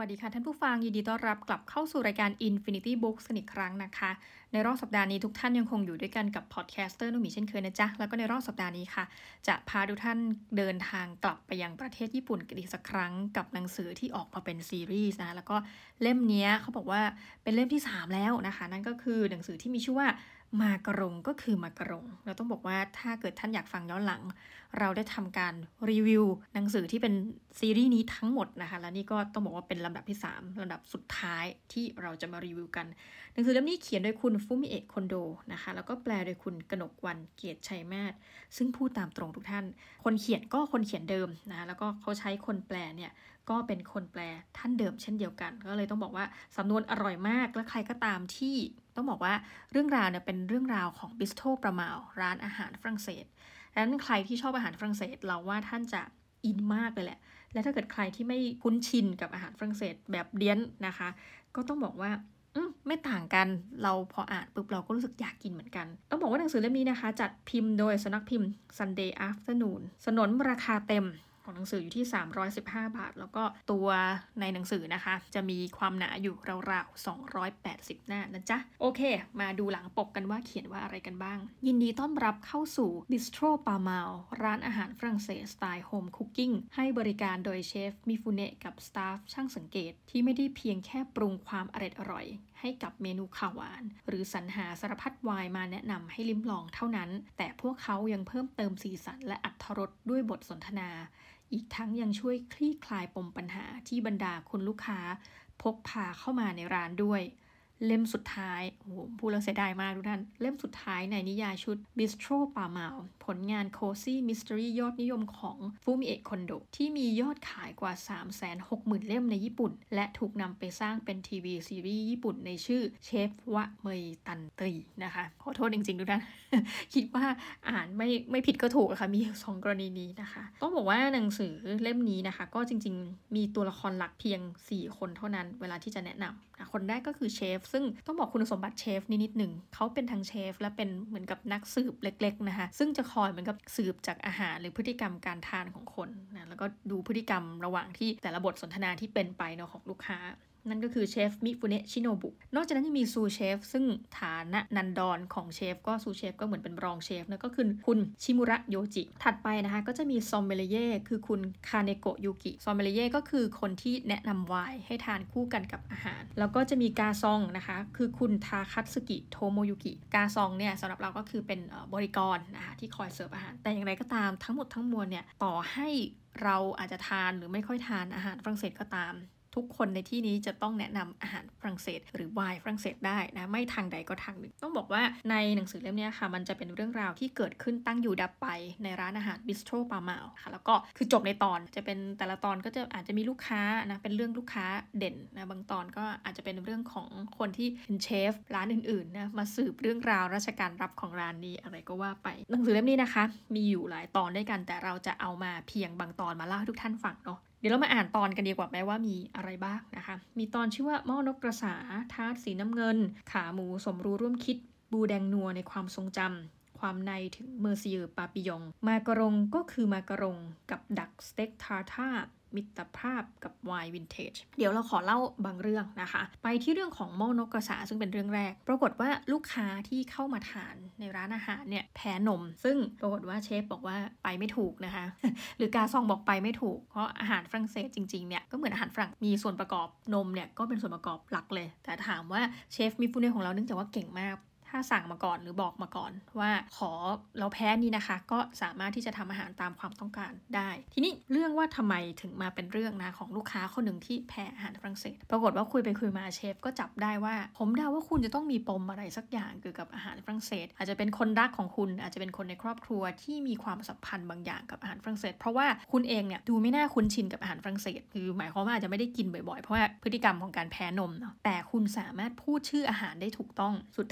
วัสดีค่ะท่านผู้ฟังยินดีต้อนรับกลับเข้าสู่รายการ Infinity Books กันอีกครั้งนะคะในรอบสัปดาห์นี้ทุกท่านยังคงอยู่ด้วยกันกับพอดแคสเตอร์นุ่มหมีเช่นเคยนะจ๊ะแล้วก็ในรอบสัปดาห์นี้ค่ะจะพาทุกท่านเดินทางกลับไปยังประเทศญี่ปุ่นกันอีกสักครั้งกับหนังสือที่ออกมาเป็นซีรีส์นะแล้วก็เล่มนี้เขาบอกว่าเป็นเล่มที่3แล้วนะคะนั่นก็คือหนังสือที่มีชื่อว่ามากะรงก็คือมากะรงเราต้องบอกว่าถ้าเกิดท่านอยากฟังย้อนหลังเราได้ทำการรีวิวหนังสือที่เป็นซีรีส์นี้ทั้งหมดนะคะและนี่ก็ต้องบอกว่าเป็นลำดับที่3ลำดับสุดท้ายที่เราจะมารีวิวกันหนังสือเล่มนี้เขียนโดยคุณฟุมิเอะคอนโดนะคะแล้วก็แปลโดยคุณกนกวรรณเกียรติชัยมาศซึ่งพูดตามตรงทุกท่านคนเขียนก็คนเขียนเดิมนะแล้วก็เขาใช้คนแปลเนี่ยก็เป็นคนแปลท่านเดิมเช่นเดียวกันก็เลยต้องบอกว่าสำนวนอร่อยมากและใครก็ตามที่ต้องบอกว่าเรื่องราวเนี่ยเป็นเรื่องราวของบิสโตรปรามาลร้านอาหารฝรั่งเศสดังนั้นใครที่ชอบอาหารฝรั่งเศสเราว่าท่านจะอินมากเลยแหละและถ้าเกิดใครที่ไม่คุ้นชินกับอาหารฝรั่งเศสแบบเดี้ยนนะคะก็ต้องบอกว่าไม่ต่างกันเราพออ่านปุ๊บเราก็รู้สึกอยากกินเหมือนกันต้องบอกว่าหนังสือเล่มนี้นะคะจัดพิมพ์โดยสำนักพิมพ์ Sunday Afternoon สนนราคาเต็มของหนังสืออยู่ที่315 บาทแล้วก็ตัวในหนังสือนะคะจะมีความหนาอยู่ราวๆ280 หน้านะจ๊ะโอเคมาดูหลังปกกันว่าเขียนว่าอะไรกันบ้างยินดีต้อนรับเข้าสู่ Bistro Palmal ร้านอาหารฝรั่งเศสสไตล์โฮมคุกกิ้งให้บริการโดยเชฟมิฟุเนะกับสตาฟช่างสังเกตที่ไม่ได้เพียงแค่ปรุงความอร่อยให้กับเมนูข้าวหวานหรือสรรหาสารพัดไวน์มาแนะนำให้ลิ้มลองเท่านั้นแต่พวกเขายังเพิ่มเติมสีสันและอรรถรสด้วยบทสนทนาอีกทั้งยังช่วยคลี่คลายปมปัญหาที่บรรดาคุณลูกค้าพกพาเข้ามาในร้านด้วยเล่มสุดท้ายโอ้โหพูดแล้วเสียดายมากทุกท่านเล่มสุดท้ายในนิยายชุด Bistro Palmal ผลงาน Cozy Mystery ยอดนิยมของฟูมิเอะคอนโดที่มียอดขายกว่า 360,000 เล่มในญี่ปุ่นและถูกนำไปสร้างเป็นทีวีซีรีส์ญี่ปุ่นในชื่อเชฟวะเมยตันตีนะคะขอโทษจริงๆทุกท่าน คิดว่าอ่านไม่ผิดก็ถูกค่ะมี2 กรณีนี้นะคะต้องบอกว่าหนังสือเล่มนี้นะคะก็จริงๆมีตัวละครหลักเพียง4 คนเท่านั้นเวลาที่จะแนะนำนะคนแรกก็คือเชฟซึ่งต้องบอกคุณสมบัติเชฟนิดหนึ่งเขาเป็นทั้งเชฟและเป็นเหมือนกับนักสืบเล็กๆนะคะซึ่งจะคอยเหมือนกับสืบจากอาหารหรือพฤติกรรมการทานของคนนะแล้วก็ดูพฤติกรรมระหว่างที่แต่ละบทสนทนาที่เป็นไปเนาะของลูกค้านั่นก็คือเชฟมิฟุเนะชิโนบุนอกจากนั้นยังมีซูเชฟซึ่งฐานะนันดรของเชฟก็ซูเชฟก็เหมือนเป็นรองเชฟนะก็คือคุณชิมุระโยจิถัดไปนะคะก็จะมีซอมเมลเย่คือคุณคาเนโกะยูกิซอมเมลเย่ก็คือคนที่แนะนำไวน์ให้ทานคู่กันกับอาหารแล้วก็จะมีกาซองนะคะคือคุณทาคัตสึกิโทโมยุกิกาซองเนี่ยสำหรับเราก็คือเป็นบริกรนะคะที่คอยเสิร์ฟอาหารแต่อย่างไรก็ตามทั้งหมดทั้งมวลเนี่ยต่อให้เราอาจจะทานหรือไม่ค่อยทานอาหารฝรั่งเศสก็ตามทุกคนในที่นี้จะต้องแนะนำอาหารฝรั่งเศสหรือไวน์ฝรั่งเศสได้นะไม่ทางใดก็ทางหนึ่งต้องบอกว่าในหนังสือเล่มนี้ค่ะมันจะเป็นเรื่องราวที่เกิดขึ้นตั้งอยู่ดับไปในร้านอาหารบิสโตรปามาลค่ะแล้วก็คือจบในตอนจะเป็นแต่ละตอนก็จะอาจจะมีลูกค้านะเป็นเรื่องลูกค้าเด่นนะบางตอนก็อาจจะเป็นเรื่องของคนที่เป็นเชฟร้านอื่นๆนะมาสืบเรื่องราวราชการรับของร้านนี้อะไรก็ว่าไปหนังสือเล่มนี้นะคะมีอยู่หลายตอนด้วยกันแต่เราจะเอามาเพียงบางตอนมาเล่าให้ทุกท่านฟังเนาะเดี๋ยวเรามาอ่านตอนกันดีกว่าไหมว่ามีอะไรบ้างนะคะมีตอนชื่อว่าหม้อนกกระสาทาสสีน้ำเงินขาหมูสมรู้ร่วมคิดบูแดงนัวในความทรงจำความในถึงเมอร์ซิเยอร์ปาปิยองมากะรงก็คือมากะรงกับดักสเต็กทาร์ทามิตรภาพกับไวน์วินเทจเดี๋ยวเราขอเล่าบางเรื่องนะคะไปที่เรื่องของหม้อนกกระสาซึ่งเป็นเรื่องแรกปรากฏว่าลูกค้าที่เข้ามาทานในร้านอาหารเนี่ยแพ้นมซึ่งปรากฏว่าเชฟบอกว่าไปไม่ถูกนะคะ หรือกาซองบอกไปไม่ถูกเพราะอาหารฝรั่งเศสจริงๆเนี่ยก็เหมือนอาหารฝรั่งมีส่วนประกอบนมเนี่ยก็เป็นส่วนประกอบหลักเลยแต่ถามว่าเชฟมิฟุเนะของเราเนื่องจากว่าเก่งมากถ้าสั่งมาก่อนหรือบอกมาก่อนว่าขอเราแพ้นี่นะคะก็สามารถที่จะทำอาหารตามความต้องการได้ทีนี้เรื่องว่าทำไมถึงมาเป็นเรื่องนะของลูกค้าคนหนึ่งที่แพ้อาหารฝรั่งเศสปรากฏว่าคุยไปคุยมาเชฟก็จับได้ว่าผมเดาว่าคุณจะต้องมีปมอะไรสักอย่างเกี่ยวกับอาหารฝรั่งเศสอาจจะเป็นคนรักของคุณอาจจะเป็นคนในครอบครัวที่มีความสัมพันธ์บางอย่างกับอาหารฝรั่งเศสเพราะว่าคุณเองเนี่ยดูไม่น่าคุ้นชินกับอาหารฝรั่งเศสคือหมายความว่าอาจจะไม่ได้กินบ่อยๆเพราะว่าพฤติกรรมของการแพ้นมเนาะแต่คุณสามารถพูดชื่ออาหารได้ถูกต้องสุดท้ายลูกค้า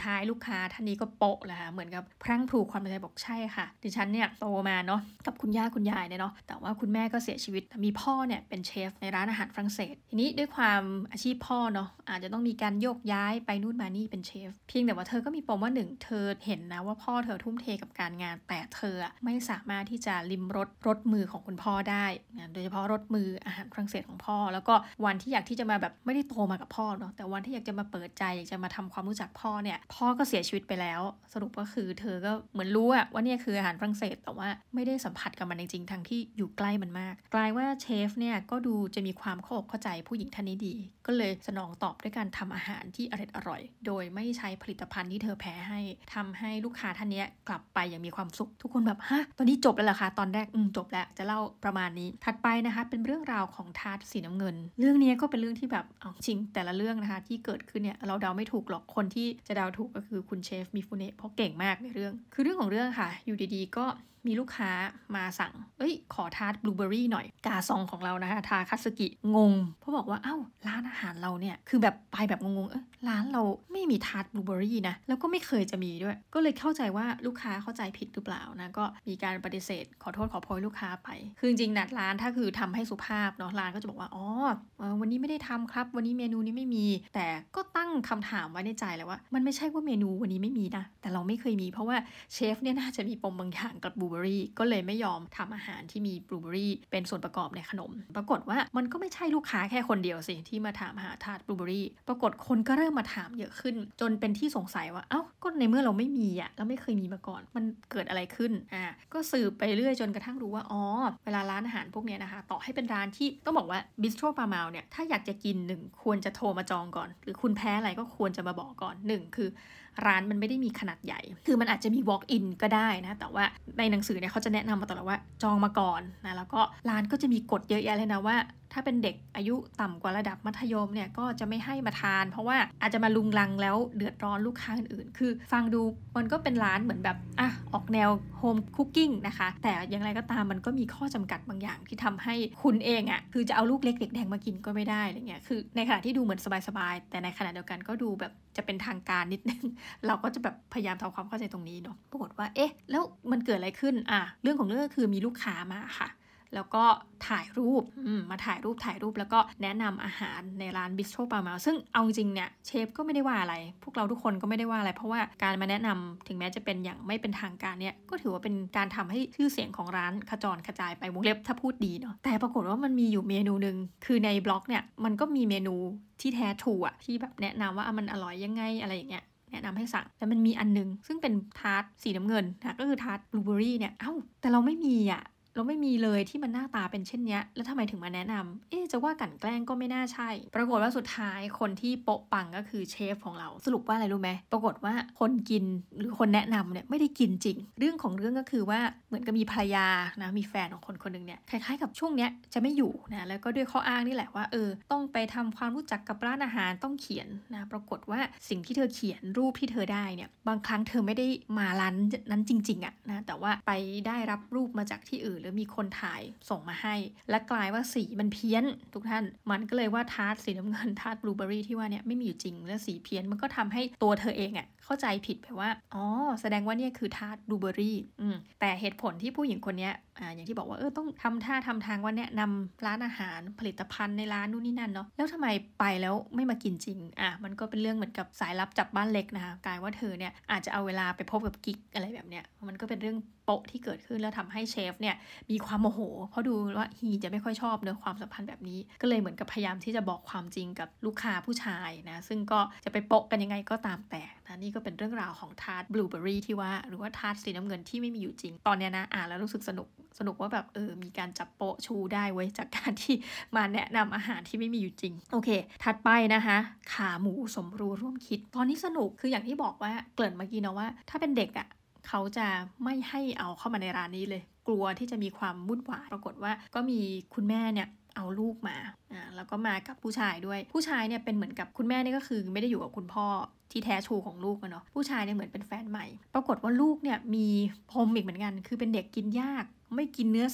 ค้าท่านนี้ก็โปะเลยค่ะเหมือนกับพรั่งพรูความในใจบอกใช่ค่ะดิฉันเนี่ยโตมาเนาะกับคุณย่าคุณยายเนี่ยเนาะแต่ว่าคุณแม่ก็เสียชีวิตมีพ่อเนี่ยเป็นเชฟในร้านอาหารฝรั่งเศสทีนี้ด้วยความอาชีพพ่อเนาะอาจจะต้องมีการโยกย้ายไปนู่นมานี่เป็นเชฟเพียงแต่ว่าเธอก็มีปมว่า1เธอเห็นนะว่าพ่อเธอทุ่มเทกับการงานแต่เธอไม่สามารถที่จะลิ้มรสมือของคุณพ่อได้โดยเฉพาะรสมืออาหารฝรั่งเศสของพ่อแล้วก็วันที่อยากที่จะมาแบบไม่ได้โตมากับพ่อเนาะแต่วันที่อยากจะมาเปิดใจอยากจะมาทำความรู้จักพ่อเนี่ยพ่อก็เสียชีวิตไปแล้วสรุปก็คือเธอก็เหมือนรู้ว่าเนี่ยคืออาหารฝรั่งเศสแต่ว่าไม่ได้สัมผัสกับมันจริงๆทั้งที่อยู่ใกล้มันมากกลายว่าเชฟเนี่ยก็ดูจะมีความเข้าอกเข้าใจผู้หญิงท่านนี้ดีก็เลยสนองตอบด้วยการทำอาหารที่อร่อยโดยไม่ใช้ผลิตภัณฑ์ที่เธอแพ้ให้ทำให้ลูกค้าท่านนี้กลับไปอย่างมีความสุขทุกคนแบบฮะตอนนี้จบแล้วเหรอคะตอนแรกจบแล้วจะเล่าประมาณนี้ถัดไปนะคะเป็นเรื่องราวของทาร์ตสีน้ำเงินเรื่องนี้ก็เป็นเรื่องที่แบบเอาจริงแต่ละเรื่องนะคะที่เกิดขึ้นเนี่ยเราเดาไม่ถูกหรอกคนที่จะเดาถูกก็คือคุณเชฟมิฟุเนะเพราะเก่งมากในเรื่องคือเรื่องของเรื่องค่ะอยู่ดีๆก็มีลูกค้ามาสั่งขอทาร์ตบลูเบอร์รี่หน่อยกาซองของเรานะคะทาคัตสึกิงงเพราะบอกว่าร้านอาหารเราเนี่ยคือแบบไปแบบงงๆร้านเราไม่มีทาร์ตบลูเบอร์รี่นะแล้วก็ไม่เคยจะมีด้วยก็เลยเข้าใจว่าลูกค้าเข้าใจผิดหรือเปล่านะก็มีการปฏิเสธขอโทษขอโพยลูกค้าไปคือจริงๆนัดร้านถ้าคือทำให้สุภาพเนาะร้านก็จะบอกว่าวันนี้ไม่ได้ทำครับวันนี้เมนูนี้ไม่มีแต่ก็ตั้งคำถามไว้ในใจแล้วว่ามันไม่ใช่ว่าเมนูวันนี้ไม่มีนะแต่เราไม่เคยมีเพราะว่าเชฟเนี่ยน่าจะมีปมบางอย่างกับบลูเบอร์รี่ก็เลยไม่ยอมทำอาหารที่มีบลูเบอร์รี่เป็นส่วนประกอบในขนมปรากฏว่ามันก็ไม่ใช่ลูกค้าแค่คนเดียวสิที่มาถามหาทาร์ตบลูเบอร์รี่ปรากฏคนก็เริ่มมาถามเยอะขึ้นจนเป็นที่สงสัยว่าก็ในเมื่อเราไม่มีเราไม่เคยมีมาก่อนมันเกิดอะไรขึ้นก็สืบไปเรื่อยจนกระทั่งรู้ว่าเวลาร้านอาหารพวกนี้นะคะต่อให้เป็นร้านที่ต้องบอกว่าบิสโตรปาเมาเนี่ยถ้าอยากจะกินควรจะโทรมาจองก่อนหรือคุณแพ้อะไรก็ควรจะมาบอกก่อนคือร้านมันไม่ได้มีขนาดใหญ่คือมันอาจจะมี walk in ก็ได้นะแต่ว่าในหนังสือเนี่ยเขาจะแนะนำมาตลอดว่าจองมาก่อนนะแล้วก็ร้านก็จะมีกฎเยอะแยะเลยนะว่าถ้าเป็นเด็กอายุต่ำกว่าระดับมัธยมเนี่ยก็จะไม่ให้มาทานเพราะว่าอาจจะมาลุงลังแล้วเดือดร้อนลูกค้าอื่นๆคือฟังดูมันก็เป็นร้านเหมือนแบบออกแนวโฮมคุกกิ้งนะคะแต่อย่างไรก็ตามมันก็มีข้อจำกัดบางอย่างที่ทำให้คุณเองคือจะเอาลูกเล็กเด็กแดงมากินก็ไม่ได้อะไรเงี้ยคือในขณะที่ดูเหมือนสบายๆแต่ในขณะเดียวกันก็ดูแบบจะเป็นทางการนิดนึงเราก็จะแบบพยายามทำความเข้าใจตรงนี้เนาะปรากฏว่าแล้วมันเกิดอะไรขึ้นเรื่องของเรื่องก็คือมีลูกค้ามาค่ะแล้วก็ถ่ายรูปมาถ่ายรูปแล้วก็แนะนำอาหารในร้านบิสโตรปาเมาซึ่งเอาจริงเนี่ยเชฟก็ไม่ได้ว่าอะไรพวกเราทุกคนก็ไม่ได้ว่าอะไรเพราะว่าการมาแนะนำถึงแม้จะเป็นอย่างไม่เป็นทางการเนี่ยก็ถือว่าเป็นการทำให้ชื่อเสียงของร้านขจายไปวงเล็บถ้าพูดดีเนาะแต่ปรากฏว่ามันมีอยู่เมนูนึงคือในบล็อกเนี่ยมันก็มีเมนูที่แท้ทรูที่แบบแนะนำว่ามันอร่อยยังไงอะไรอย่างเงี้ยแนะนำให้สั่งแต่มันมีอันนึงซึ่งเป็นทาร์ตสีน้ำเงินนะก็คือทาร์ตบลูเบอร์รี่เนี่ยแต่เราไม่มีเราไม่มีเลยที่มันหน้าตาเป็นเช่นนี้แล้วทำไมถึงมาแนะนำจะว่ากลั่นแกล้งก็ไม่น่าใช่ปรากฏว่าสุดท้ายคนที่โปะปังก็คือเชฟของเราสรุปว่าอะไรรู้ไหมปรากฏว่าคนกินหรือคนแนะนำเนี่ยไม่ได้กินจริงเรื่องของเรื่องก็คือว่าเหมือนกับมีภรรยานะมีแฟนของคนคนนึงเนี่ยคล้ายๆกับช่วงเนี้ยจะไม่อยู่นะแล้วก็ด้วยข้ออ้างนี่แหละว่าต้องไปทำความรู้จักกับร้านอาหารต้องเขียนนะปรากฏว่าสิ่งที่เธอเขียนรูปที่เธอได้เนี่ยบางครั้งเธอไม่ได้มาร้านนั้นจริงๆนะแต่ว่าไปได้รับรูปมาจากที่อื่นหรือมีคนถ่ายส่งมาให้และกลายว่าสีมันเพี้ยนทุกท่านมันก็เลยว่าทาร์ตสีน้ำเงินทาร์ตบลูเบอร์รี่ที่ว่าเนี่ยไม่มีอยู่จริงและสีเพี้ยนมันก็ทำให้ตัวเธอเองเข้าใจผิดไปว่าแสดงว่าเนี่ยคือทาร์ตบลูเบอร์รี่แต่เหตุผลที่ผู้หญิงคนนี้อย่างที่บอกว่าต้องทำท่าทำทางว่าแนะนำร้านอาหารผลิตภัณฑ์ในร้านนู่นนี่นั่นเนาะแล้วทำไมไปแล้วไม่มากินจริงมันก็เป็นเรื่องเหมือนกับสายลับจับบ้านเล็กนะคะกลายว่าเธอเนี่ยอาจจะเอาเวลาไปพบกับกิ๊กอะไรแบบเนี้ยมันก็เป็นเรื่องโป๊ะที่เกิดขึ้นแล้วทำให้เชฟเนี่ยมีความโมโหเพราะดูว่าฮีจะไม่ค่อยชอบเนื้อความสัมพันธ์แบบนี้ก็เลยเหมือนกับพยายามที่จะบอกความจริงกับลูกค้าผู้ชายนะซึ่งก็จะไปโป๊ะกันยังไงก็ตามแต่นะนี่ก็เป็นเรื่องราวของทาร์ตบลูเบอร์รี่ที่ว่าหรือว่าทาร์ตสีน้ำเงินที่ไม่มีอยู่จริงตอนเนี้ยนะแล้วรู้สึกสนุกว่าแบบมีการจับโปะชูได้ไว้จากการที่มาแนะนำอาหารที่ไม่มีอยู่จริงโอเคถัดไปนะคะขาหมูสมรู้ร่วมคิดตอนนี้สนุกคืออย่างที่บอกว่าเกริ่นเมื่อกี้นะว่าถ้าเป็นเด็กเขาจะไม่ให้เอาเข้ามาในร้านนี้เลยกลัวที่จะมีความวุ่นวายปรากฏว่าก็มีคุณแม่เนี่ยเอาลูกมาแล้วก็มากับผู้ชายด้วยผู้ชายเนี่ยเป็นเหมือนกับคุณแม่นี่ก็คือไม่ได้อยู่กับคุณพ่อที่แท้ทรูของลูกเนาะผู้ชายเนี่ยเหมือนเป็นแฟนใหม่ปรากฏว่าลูกเนี่ยมีปมอีกเหมือนกันคือเป็นเด็กกินยากไม่กินเนื้อสัตว์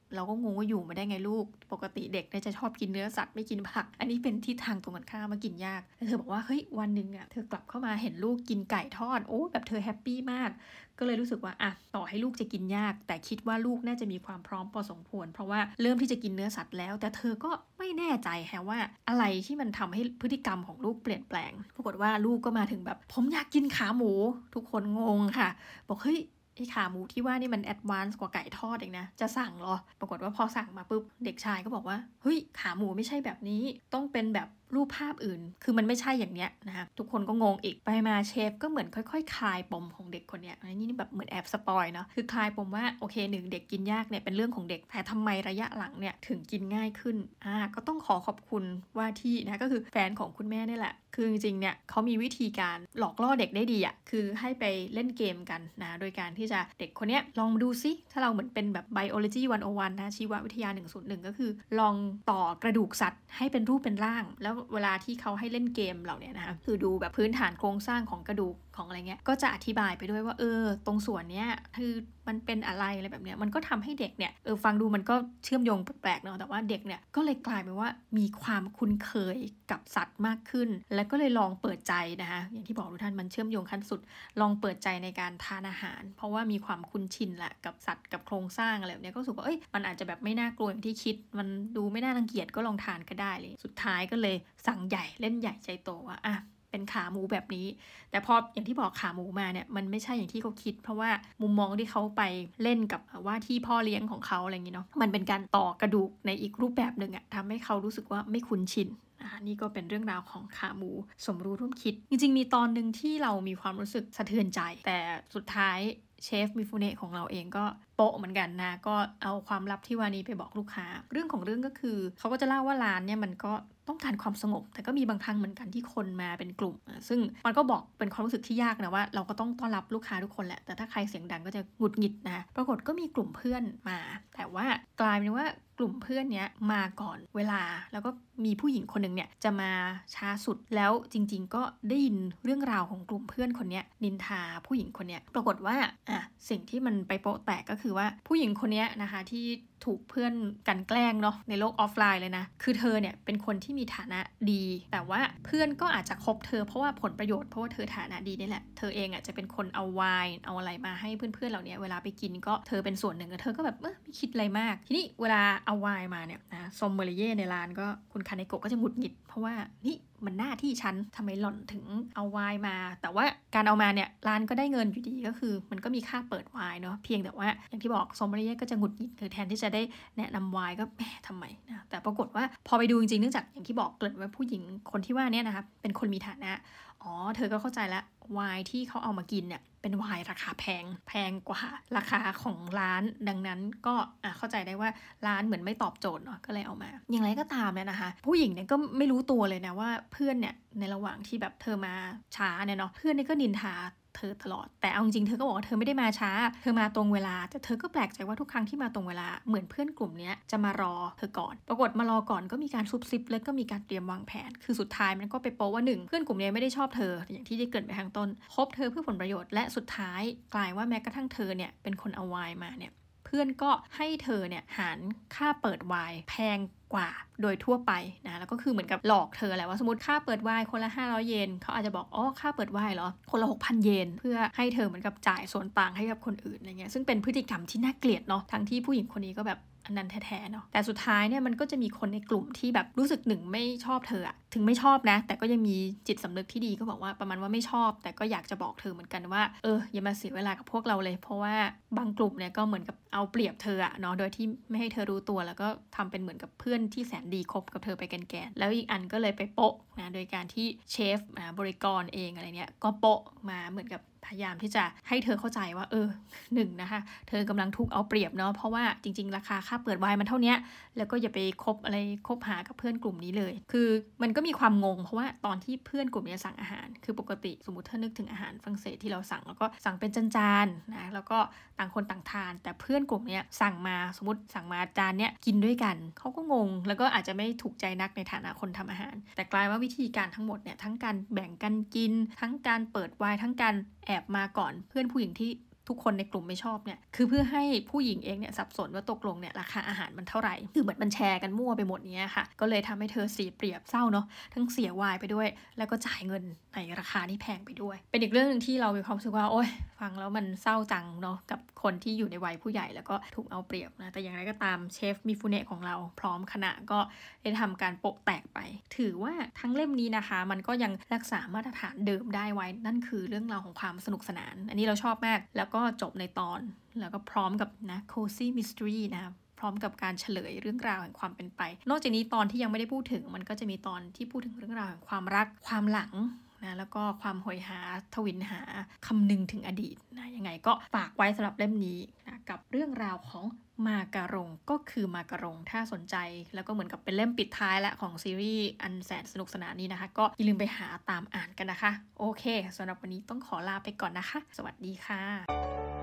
เราก็งงว่าอยู่มาได้ไงลูกปกติเด็กเนี่ยจะชอบกินเนื้อสัตว์ไม่กินผักอันนี้เป็นทิศทางตรงกันข้ามมากินยากแล้วเธอบอกว่าเฮ้ยวันนึงเธอกลับเข้ามาเห็นลูกกินไก่ทอดโอ้แบบเธอแฮปปี้มากก็เลยรู้สึกว่าต่อให้ลูกจะกินยากแต่คิดว่าลูกน่าจะมีความพร้อมพอสมควรเพราะว่าเริ่มที่จะกินเนื้อสัตว์แล้วแต่เธอก็ไม่แน่ใจว่าอะไรที่มันทำให้พฤติกรรมของลูกเปลี่ยนแปลงปรากฏว่าลูกก็มาถึงแบบผมอยากกินขาหมูทุกคนงงค่ะบอกเฮ้ยไอ้ขาหมูที่ว่านี่มันแอดวานซ์กว่าไก่ทอดเองนะจะสั่งเหรอปรากฏว่าพอสั่งมาปุ๊บเด็กชายก็บอกว่าเฮ้ยขาหมูไม่ใช่แบบนี้ต้องเป็นแบบรูปภาพอื่นคือมันไม่ใช่อย่างเนี้ยนะคะทุกคนก็งงอีกไปมาเชฟก็เหมือนค่อยๆคลายปมของเด็กคนเนี้ยนี่แบบเหมือนแอบสปอยเนาะคือคลายปมว่าโอเค1เด็กกินยากเนี่ยเป็นเรื่องของเด็กแต่ทำไมระยะหลังเนี่ยถึงกินง่ายขึ้นก็ต้องขอบคุณว่าที่นะก็คือแฟนของคุณแม่นี่แหละคือจริงๆเนี่ยเขามีวิธีการหลอกล่อเด็กได้ดีคือให้ไปเล่นเกมกันนะโดยการที่จะเด็กคนเนี้ยลองดูซิถ้าเราเหมือนเป็นแบบ biology 101นะชีววิทยา101ก็คือลองต่อกระดูกสัตว์ให้เป็นรูปเป็นร่างแล้วเวลาที่เขาให้เล่นเกมเหล่านี้นะคะคือดูแบบพื้นฐานโครงสร้างของกระดูกของอะไรเงี้ยก็จะอธิบายไปด้วยว่าตรงส่วนเนี้ยคือมันเป็นอะไรแบบเนี้ยมันก็ทำให้เด็กเนี่ยฟังดูมันก็เชื่อมโยงแปลกๆเนาะแต่ว่าเด็กเนี่ยก็เลยกลายเป็นว่ามีความคุ้นเคยกับสัตว์มากขึ้นแล้วก็เลยลองเปิดใจนะคะอย่างที่บอกทุกท่านมันเชื่อมโยงขั้นสุดลองเปิดใจในการทานอาหารเพราะว่ามีความคุ้นชินแหละกับสัตว์กับโครงสร้างอะไรแบบนี้ก็รู้สึกว่ามันอาจจะแบบไม่น่ากลัวอย่างที่คิดมันดูไม่น่ารังเกียจก็ลองทานก็ได้เลยสุดท้ายก็เลยสั่งใหญ่เล่นใหญ่ใจโตว่าเป็นขาหมูแบบนี้แต่พออย่างที่บอกขาหมูมาเนี่ยมันไม่ใช่อย่างที่เขาคิดเพราะว่ามุมมองที่เขาไปเล่นกับว่าที่พ่อเลี้ยงของเขาอะไรอย่างนี้เนาะมันเป็นการต่อกระดูกในอีกรูปแบบหนึ่งทำให้เขารู้สึกว่าไม่คุ้นชินนี่ก็เป็นเรื่องราวของขาหมูสมรู้ร่วมคิดจริงๆมีตอนหนึ่งที่เรามีความรู้สึกสะเทือนใจแต่สุดท้ายเชฟมิฟูเนะของเราเองก็โปะเหมือนกันนะก็เอาความลับที่วานี้ไปบอกลูกค้าเรื่องของเรื่องก็คือเขาก็จะเล่าว่าร้านเนี่ยมันก็ต้องการความสงบแต่ก็มีบางครั้งเหมือนกันที่คนมาเป็นกลุ่มซึ่งมันก็บอกเป็นความรู้สึกที่ยากนะว่าเราก็ต้องต้อนรับลูกค้าทุกคนแหละแต่ถ้าใครเสียงดังก็จะหงุดหงิดนะปรากฏก็มีกลุ่มเพื่อนมาแต่ว่ากลายเป็นว่ากลุ่มเพื่อนเนี้ยมาก่อนเวลาแล้วก็มีผู้หญิงคนหนึ่งเนี่ยจะมาช้าสุดแล้วจริงๆก็ได้ยินเรื่องราวของกลุ่มเพื่อนคนเนี้ยนินทาผู้หญิงคนเนี้ยปรากฏว่าสิ่งที่มันไปโป๊ะแตกก็คือว่าผู้หญิงคนเนี้ยนะคะที่ถูกเพื่อนกันแกล้งเนาะในโลกออฟไลน์เลยนะคือเธอเนี่ยเป็นคนที่มีฐานะดีแต่ว่าเพื่อนก็อาจจะคบเธอเพราะว่าผลประโยชน์เพราะว่าเธอฐานะดีนี่แหละเธอเองจะเป็นคนเอาไวน์เอาอะไรมาให้เพื่อนๆเหล่านี้เวลาไปกินก็เธอเป็นส่วนหนึ่งเธอก็แบบไม่คิดอะไรมากทีนี้เวลาเอาไวน์มาเนี่ยนะซอมเมอริเย่ในร้านก็คุณคาเนโกะก็จะหงุดหงิดเพราะว่านี่มันหน้าที่ฉันทำไมหล่อนถึงเอาไวน์มาแต่ว่าการเอามาเนี่ยร้านก็ได้เงินอยู่ดีก็คือมันก็มีค่าเปิดไวน์เนาะเพียงแต่ว่าอย่างที่บอกซอมเมอริเย่ก็จะหงุดหงิดคือแทนที่จะได้แนะนำไวน์ก็แหมทำไมนะแต่ปรากฏว่าพอไปดูจริงๆเนื่องจากอย่างที่บอกเกริ่นว่าผู้หญิงคนที่ว่าเนี่ยนะคะเป็นคนมีฐานะเธอก็เข้าใจแล้วไวน์ที่เขาเอามากินเนี่ยเป็นไวน์ราคาแพงกว่าราคาของร้านดังนั้นก็เข้าใจได้ว่าร้านเหมือนไม่ตอบโจทย์เนาะก็เลยเอามาอย่างไรก็ตามเนี่ยนะคะผู้หญิงเนี่ยก็ไม่รู้ตัวเลยนะว่าเพื่อนเนี่ยในระหว่างที่แบบเธอมาช้าเนี่ยเนาะเพื่อนนี่ก็นินทาเธอตลอดแต่เอาจริงเธอก็บอกว่าเธอไม่ได้มาช้าเธอมาตรงเวลาแต่เธอก็แปลกใจว่าทุกครั้งที่มาตรงเวลาเหมือนเพื่อนกลุ่มนี้จะมารอเธอก่อนปรากฏมารอก่อนก็มีการซุบซิบแล้วก็มีการเตรียมวางแผนคือสุดท้ายมันก็ไปโป๊ะว่า1เพื่อนกลุ่มนี้ไม่ได้ชอบเธออย่างที่ได้เกริ่นไปข้างต้นคบเธอเพื่อผลประโยชน์และสุดท้ายกลายว่าแม้กระทั่งเธอเนี่ยเป็นคนเอาไวน์มาเนี่ยเพื่อนก็ให้เธอเนี่ยหารค่าเปิดไวน์แพงกว่าโดยทั่วไปนะแล้วก็คือเหมือนกับหลอกเธอแหละว่าสมมติค่าเปิดไวน์คนละ500 เยนเขาอาจจะบอกค่าเปิดไวน์เหรอคนละ 6,000 เยนเพื่อให้เธอเหมือนกับจ่ายส่วนต่างให้กับคนอื่นอะไรเงี้ยซึ่งเป็นพฤติกรรมที่น่าเกลียดเนาะทั้งที่ผู้หญิงคนนี้ก็แบบอันนั้นแท้ๆเนาะแต่สุดท้ายเนี่ยมันก็จะมีคนในกลุ่มที่แบบรู้สึกไม่ชอบเธอถึงไม่ชอบนะแต่ก็ยังมีจิตสำนึกที่ดีก็บอกว่าประมาณว่าไม่ชอบแต่ก็อยากจะบอกเธอเหมือนกันว่าอย่ามาเสียเวลากับพวกเราเลยเพราะว่าบางกลุ่มเนี่ยก็เหมือนกับเอาเปรียบเธอเนาะโดยที่ไม่ให้เธอรู้ตัวแล้วก็ทำเป็นเหมือนกับเพื่อนที่แสนดีคบกับเธอไปแกนๆแล้วอีกอันก็เลยไปโปะนะโดยการที่เชฟบริกรเองอะไรเนี่ยก็โปะมาเหมือนกับพยายามที่จะให้เธอเข้าใจว่าหนึ่งนะคะเธอกำลังถูกเอาเปรียบเนาะเพราะว่าจริงๆราคาค่าเปิดไวน์มันเท่านี้แล้วก็อย่าไปคบหากับเพื่อนกลุ่มนี้เลยคือมันก็มีความงงเพราะว่าตอนที่เพื่อนกลุ่มนี้สั่งอาหารคือปกติสมมติถ้านึกถึงอาหารฝรั่งเศสที่เราสั่งแล้วก็สั่งเป็นจานๆนะแล้วก็ต่างคนต่างทานแต่เพื่อนกลุ่มนี้สั่งมาสมมติสั่งมาจานเนี้ยกินด้วยกันเขาก็งงแล้วก็อาจจะไม่ถูกใจนักในฐานะคนทำอาหารแต่กลายว่าวิธีการทั้งหมดเนี่ยทั้งการแบ่งกันกินทั้งการเปิดไวน์ทั้งการแอบมาก่อนเพื่อนผู้หญิงที่ทุกคนในกลุ่มไม่ชอบเนี่ยคือเพื่อให้ผู้หญิงเองเนี่ยสับสนว่าตกลงเนี่ยราคาอาหารมันเท่าไหร่คือเหมือนมันแชร์กันมั่วไปหมดเนี้ยค่ะก็เลยทำให้เธอเสียเปรียบเศร้าเนาะทั้งเสีย wine ไปด้วยแล้วก็จ่ายเงินในราคาที่แพงไปด้วยเป็นอีกเรื่องนึงที่เรามีความรู้สึกว่าโอ๊ยฟังแล้วมันเศร้าจังเนาะกับคนที่อยู่ในวัยผู้ใหญ่แล้วก็ถูกเอาเปรียบนะแต่อย่างไรก็ตามเชฟมิฟุเนะของเราพร้อมคณะก็ได้ทำการโปะแตกไปถือว่าทั้งเล่มนี้นะคะมันก็ยังรักษามาตรฐานเดิมได้ไว้นั่นคือเรื่องราวของความสนุกสนานอันนี้เราชอบมากแล้วก็จบในตอนแล้วก็พร้อมกับนะ cozy mystery นะพร้อมกับการเฉลยเรื่องราวแห่งความเป็นไปนอกจากนี้ตอนที่ยังไม่ได้พูดถึงมันก็จะมีตอนที่พูดถึงเรื่องราวแห่งความรักความหลังนะแล้วก็ความโหยหาทวินหาคำนึงถึงอดีตนะยังไงก็ฝากไว้สำหรับเล่มนี้นะกับเรื่องราวของมาการงก็คือมาการงถ้าสนใจแล้วก็เหมือนกับเป็นเล่มปิดท้ายและของซีรีส์อันแสนสนุกสนานนี้นะคะก็อย่าลืมไปหาตามอ่านกันนะคะโอเคสำหรับวันนี้ต้องขอลาไปก่อนนะคะสวัสดีค่ะ